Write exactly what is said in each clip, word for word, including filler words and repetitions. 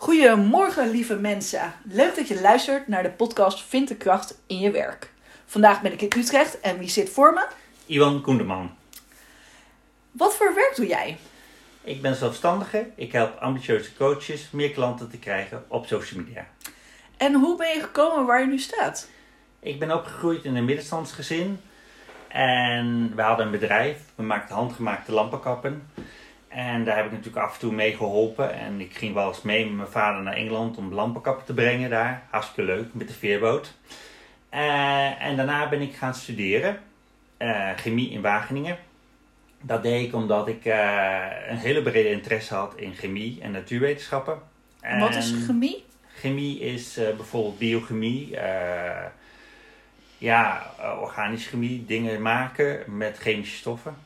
Goedemorgen lieve mensen. Leuk dat je luistert naar de podcast Vind de kracht in je werk. Vandaag ben ik in Utrecht en wie zit voor me? Iwan Koenderman. Wat voor werk doe jij? Ik ben zelfstandige. Ik help ambitieuze coaches meer klanten te krijgen op social media. En hoe ben je gekomen waar je nu staat? Ik ben opgegroeid in een middenstandsgezin. En we hadden een bedrijf. We maakten handgemaakte lampenkappen. En daar heb ik natuurlijk af en toe mee geholpen. En ik ging wel eens mee met mijn vader naar Engeland om lampenkappen te brengen daar. Hartstikke leuk, met de veerboot. Uh, en daarna ben ik gaan studeren. Uh, chemie in Wageningen. Dat deed ik omdat ik uh, een hele brede interesse had in chemie en natuurwetenschappen. En wat is chemie? Chemie is uh, bijvoorbeeld biochemie. Uh, ja, uh, organische chemie. Dingen maken met chemische stoffen.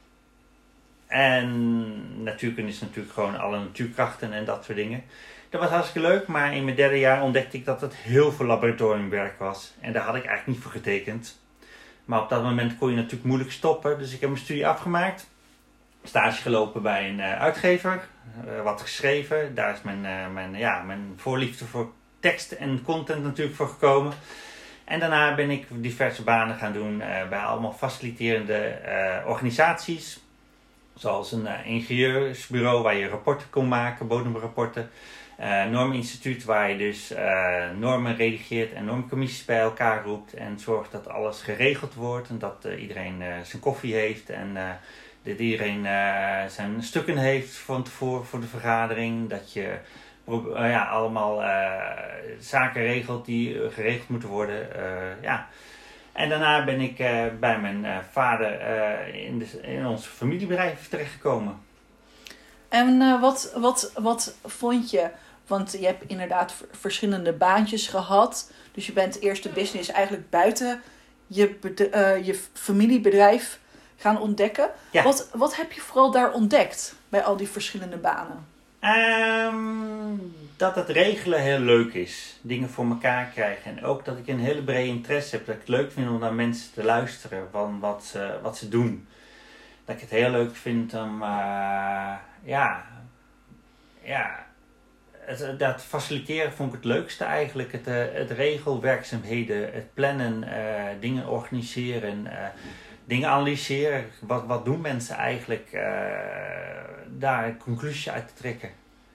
En natuurkunde is natuurlijk gewoon alle natuurkrachten en dat soort dingen. Dat was hartstikke leuk, maar in mijn derde jaar ontdekte ik dat het heel veel laboratoriumwerk was. En daar had ik eigenlijk niet voor getekend. Maar op dat moment kon je natuurlijk moeilijk stoppen. Dus ik heb mijn studie afgemaakt. Stage gelopen bij een uh, uitgever. Uh, wat geschreven. Daar is mijn, uh, mijn, ja, mijn voorliefde voor tekst en content natuurlijk voor gekomen. En daarna ben ik diverse banen gaan doen uh, bij allemaal faciliterende uh, organisaties. Zoals een uh, ingenieursbureau waar je rapporten kon maken, bodemrapporten. Uh, Norminstituut waar je dus uh, normen redigeert en normcommissies bij elkaar roept. En zorgt dat alles geregeld wordt en dat uh, iedereen uh, zijn koffie heeft. En uh, dat iedereen uh, zijn stukken heeft van tevoren voor de vergadering. Dat je uh, ja, allemaal uh, zaken regelt die uh, geregeld moeten worden. Uh, ja. En daarna ben ik uh, bij mijn uh, vader uh, in, de, in ons familiebedrijf terechtgekomen. En uh, wat, wat, wat vond je? Want je hebt inderdaad v- verschillende baantjes gehad. Dus je bent eerst de business eigenlijk buiten je, bed- uh, je familiebedrijf gaan ontdekken. Ja. Wat, wat heb je vooral daar ontdekt bij al die verschillende banen? Um, dat het regelen heel leuk is. Dingen voor elkaar krijgen. En ook dat ik een hele brede interesse heb. Dat ik het leuk vind om naar mensen te luisteren. Van wat ze, wat ze doen. Dat ik het heel leuk vind om... Uh, ja... Ja... Het, dat faciliteren vond ik het leukste eigenlijk. Het, uh, het regelwerkzaamheden. Het plannen. Uh, dingen organiseren. Uh, dingen analyseren. Wat, wat doen mensen eigenlijk? Uh, daar een conclusie uit te trekken.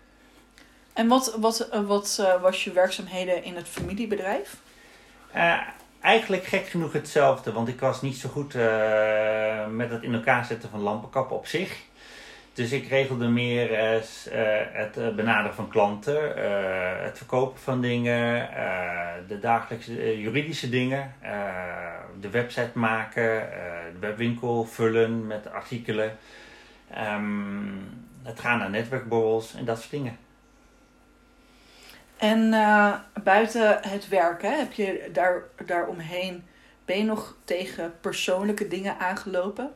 En wat, wat, uh, wat uh, was je werkzaamheden in het familiebedrijf? Uh, eigenlijk gek genoeg hetzelfde. Want ik was niet zo goed uh, met het in elkaar zetten van lampenkappen op zich. Dus ik regelde meer uh, uh, het uh, benaderen van klanten, uh, het verkopen van dingen, uh, de dagelijkse uh, juridische dingen, uh, de website maken, uh, de webwinkel vullen met artikelen, um, het gaan naar netwerkborrels en dat soort dingen. En uh, buiten het werken, heb je daar, daaromheen, ben je nog tegen persoonlijke dingen aangelopen?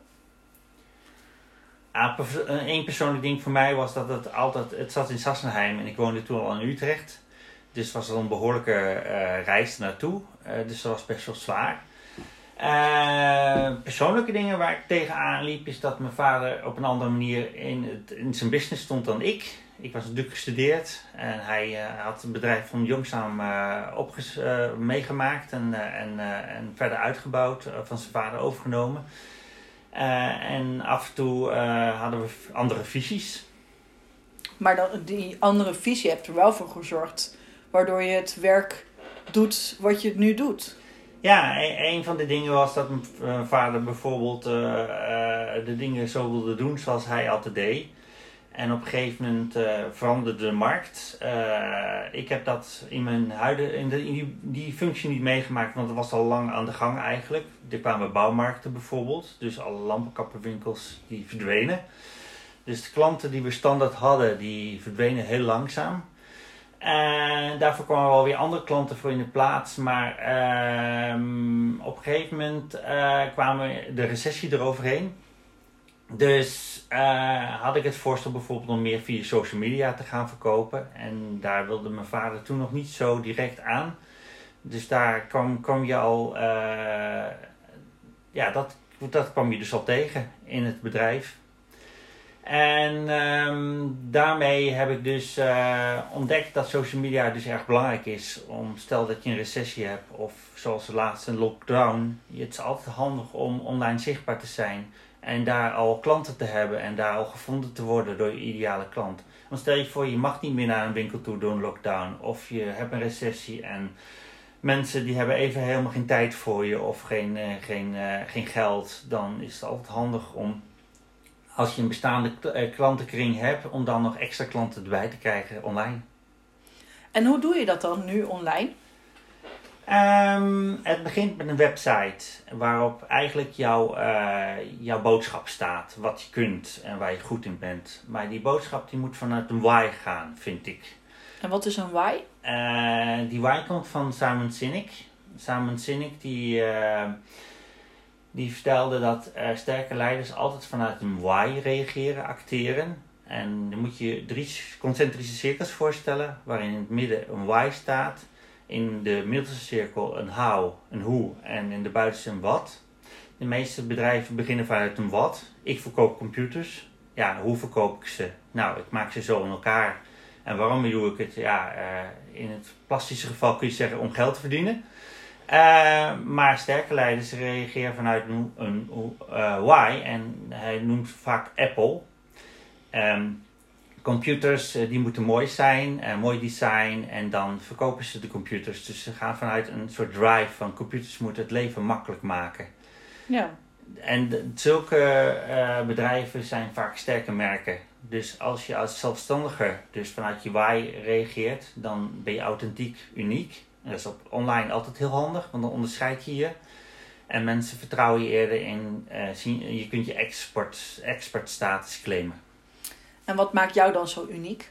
Ah, Eén persoonlijk ding voor mij was dat het altijd... Het zat in Sassenheim en ik woonde toen al in Utrecht. Dus het was al een behoorlijke uh, reis naartoe. Uh, dus dat was best wel zwaar. Uh, persoonlijke dingen waar ik tegenaan liep is dat mijn vader op een andere manier in, het, in zijn business stond dan ik. Ik was natuurlijk gestudeerd en hij uh, had het bedrijf van jongs aan uh, opges- uh, meegemaakt en, uh, en, uh, en verder uitgebouwd, uh, van zijn vader overgenomen. Uh, en af en toe uh, hadden we andere visies. Maar dan, die andere visie hebt er wel voor gezorgd, waardoor je het werk doet wat je nu doet. Ja, een, een van de dingen was dat mijn vader bijvoorbeeld uh, uh, de dingen zo wilde doen zoals hij altijd deed. En op een gegeven moment uh, veranderde de markt. Uh, ik heb dat in mijn huidige, in, de, in die, die functie niet meegemaakt, want het was al lang aan de gang eigenlijk. Er kwamen bouwmarkten bijvoorbeeld, dus alle lampenkappenwinkels die verdwenen. Dus de klanten die we standaard hadden, die verdwenen heel langzaam. En daarvoor kwamen wel weer andere klanten voor in de plaats. Maar uh, op een gegeven moment uh, kwamen de recessie eroverheen. Dus uh, had ik het voorstel bijvoorbeeld om meer via social media te gaan verkopen. En daar wilde mijn vader toen nog niet zo direct aan. Dus daar kwam, kwam je al... Uh, ja, dat, dat kwam je dus al tegen in het bedrijf. En um, daarmee heb ik dus uh, ontdekt dat social media dus erg belangrijk is. Om, stel dat je een recessie hebt of zoals de laatste lockdown. Het is altijd handig om online zichtbaar te zijn. En daar al klanten te hebben en daar al gevonden te worden door je ideale klant. Want stel je voor, je mag niet meer naar een winkel toe door een lockdown. Of je hebt een recessie en mensen die hebben even helemaal geen tijd voor je of geen, uh, geen, uh, geen geld. Dan is het altijd handig om, als je een bestaande klantenkring hebt, om dan nog extra klanten erbij te krijgen online. En hoe doe je dat dan nu online? Um, het begint met een website waarop eigenlijk jouw, uh, jouw boodschap staat. Wat je kunt en waar je goed in bent. Maar die boodschap die moet vanuit een why gaan, vind ik. En wat is een why? Uh, die why komt van Simon Sinek. Simon Sinek die... Uh, Die vertelde dat uh, sterke leiders altijd vanuit een why reageren, acteren. En dan moet je drie concentrische cirkels voorstellen, waarin in het midden een why staat. In de middelste cirkel een how, een hoe en in de buitenste een what. De meeste bedrijven beginnen vanuit een what. Ik verkoop computers. Ja, hoe verkoop ik ze? Nou, ik maak ze zo in elkaar. En waarom doe ik het? Ja, uh, in het plastische geval kun je zeggen om geld te verdienen. Uh, maar sterke leiders reageren vanuit een, een uh, why en hij noemt vaak Apple. Um, computers uh, die moeten mooi zijn, uh, mooi design en dan verkopen ze de computers. Dus ze gaan vanuit een soort drive van computers moeten het leven makkelijk maken. Ja. En de, zulke uh, bedrijven zijn vaak sterke merken. Dus als je als zelfstandige dus vanuit je why reageert, dan ben je authentiek, uniek. Dat is op online altijd heel handig, want dan onderscheid je je. En mensen vertrouwen je eerder in, uh, zien, je kunt je expert, expert status claimen. En wat maakt jou dan zo uniek?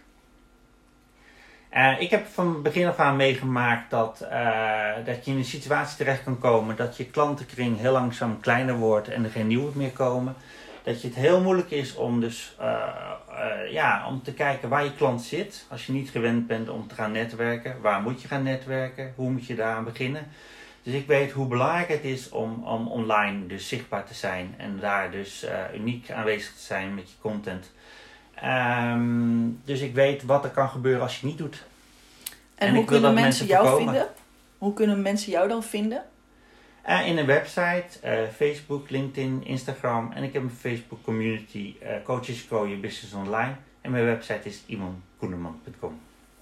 Uh, ik heb van begin af aan meegemaakt dat, uh, dat je in een situatie terecht kan komen dat je klantenkring heel langzaam kleiner wordt en er geen nieuwe meer komen. Dat je het heel moeilijk is om dus uh, uh, ja, om te kijken waar je klant zit. Als je niet gewend bent om te gaan netwerken. Waar moet je gaan netwerken? Hoe moet je daaraan beginnen? Dus ik weet hoe belangrijk het is om, om online dus zichtbaar te zijn. En daar dus uh, uniek aanwezig te zijn met je content. Um, dus ik weet wat er kan gebeuren als je het niet doet. En, en hoe kunnen mensen, mensen jou vinden? Hoe kunnen mensen jou dan vinden? Uh, in een website, uh, Facebook, LinkedIn, Instagram. En ik heb een Facebook community, uh, Coaches Grow Your Business Online. En mijn website is iman koeneman punt com.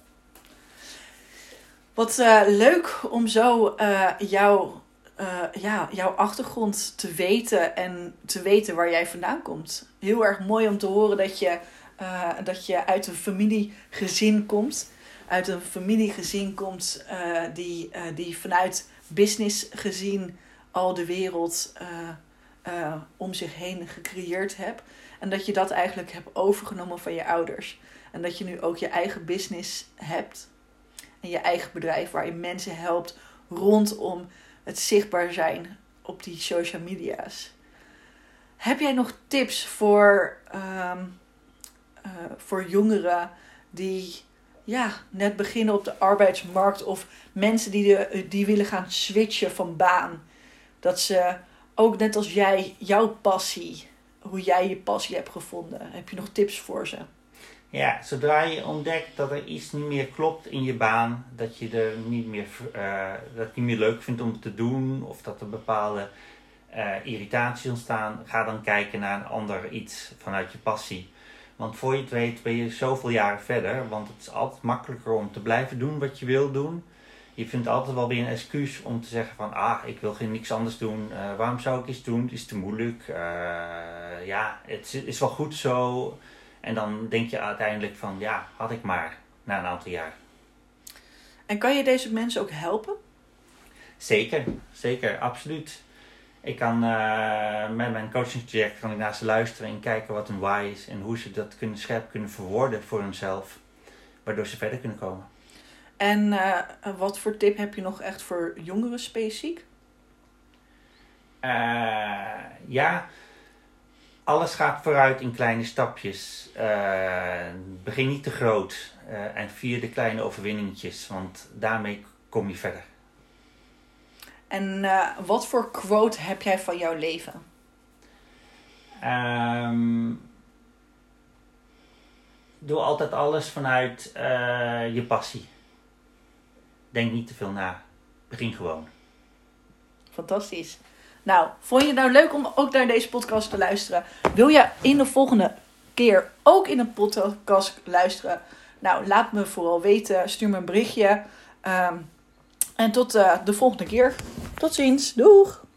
Wat uh, leuk om zo uh, jouw, uh, ja, jouw achtergrond te weten en te weten waar jij vandaan komt. Heel erg mooi om te horen dat je, uh, dat je uit een familiegezin komt. Uit een familiegezin komt uh, die, uh, die vanuit business gezien al de wereld uh, uh, om zich heen gecreëerd hebt. En dat je dat eigenlijk hebt overgenomen van je ouders. En dat je nu ook je eigen business hebt. En je eigen bedrijf waar je mensen helpt rondom het zichtbaar zijn op die social media's. Heb jij nog tips voor, um, uh, voor jongeren die ja, net beginnen op de arbeidsmarkt of mensen die, de, die willen gaan switchen van baan? Dat ze ook net als jij, jouw passie, hoe jij je passie hebt gevonden. Heb je nog tips voor ze? Ja, zodra je ontdekt dat er iets niet meer klopt in je baan, dat je er niet meer, uh, dat je niet meer leuk vindt om te doen, of dat er bepaalde uh, irritaties ontstaan, ga dan kijken naar een ander iets vanuit je passie. Want voor je het weet ben je zoveel jaren verder, want het is altijd makkelijker om te blijven doen wat je wil doen. Je vindt altijd wel weer een excuus om te zeggen van, ah, ik wil geen niks anders doen. Uh, waarom zou ik iets doen? Het is te moeilijk. Uh, ja, het is wel goed zo. En dan denk je uiteindelijk van, ja, had ik maar, na een aantal jaar. En kan je deze mensen ook helpen? Zeker, zeker, absoluut. Ik kan uh, met mijn coachingstraject kan ik naar ze luisteren en kijken wat een why is. En hoe ze dat kunnen, scherp kunnen verwoorden voor hunzelf. Waardoor ze verder kunnen komen. En uh, wat voor tip heb je nog echt voor jongeren specifiek? Uh, ja... Alles gaat vooruit in kleine stapjes. Uh, begin niet te groot. Uh, en vier de kleine overwinningetjes. Want daarmee kom je verder. En uh, wat voor quote heb jij van jouw leven? Um, doe altijd alles vanuit uh, je passie. Denk niet te veel na. Begin gewoon. Fantastisch. Nou, vond je het nou leuk om ook naar deze podcast te luisteren? Wil je in de volgende keer ook in een podcast luisteren? Nou, laat me vooral weten. Stuur me een berichtje. Um, en tot uh, de volgende keer. Tot ziens. Doeg!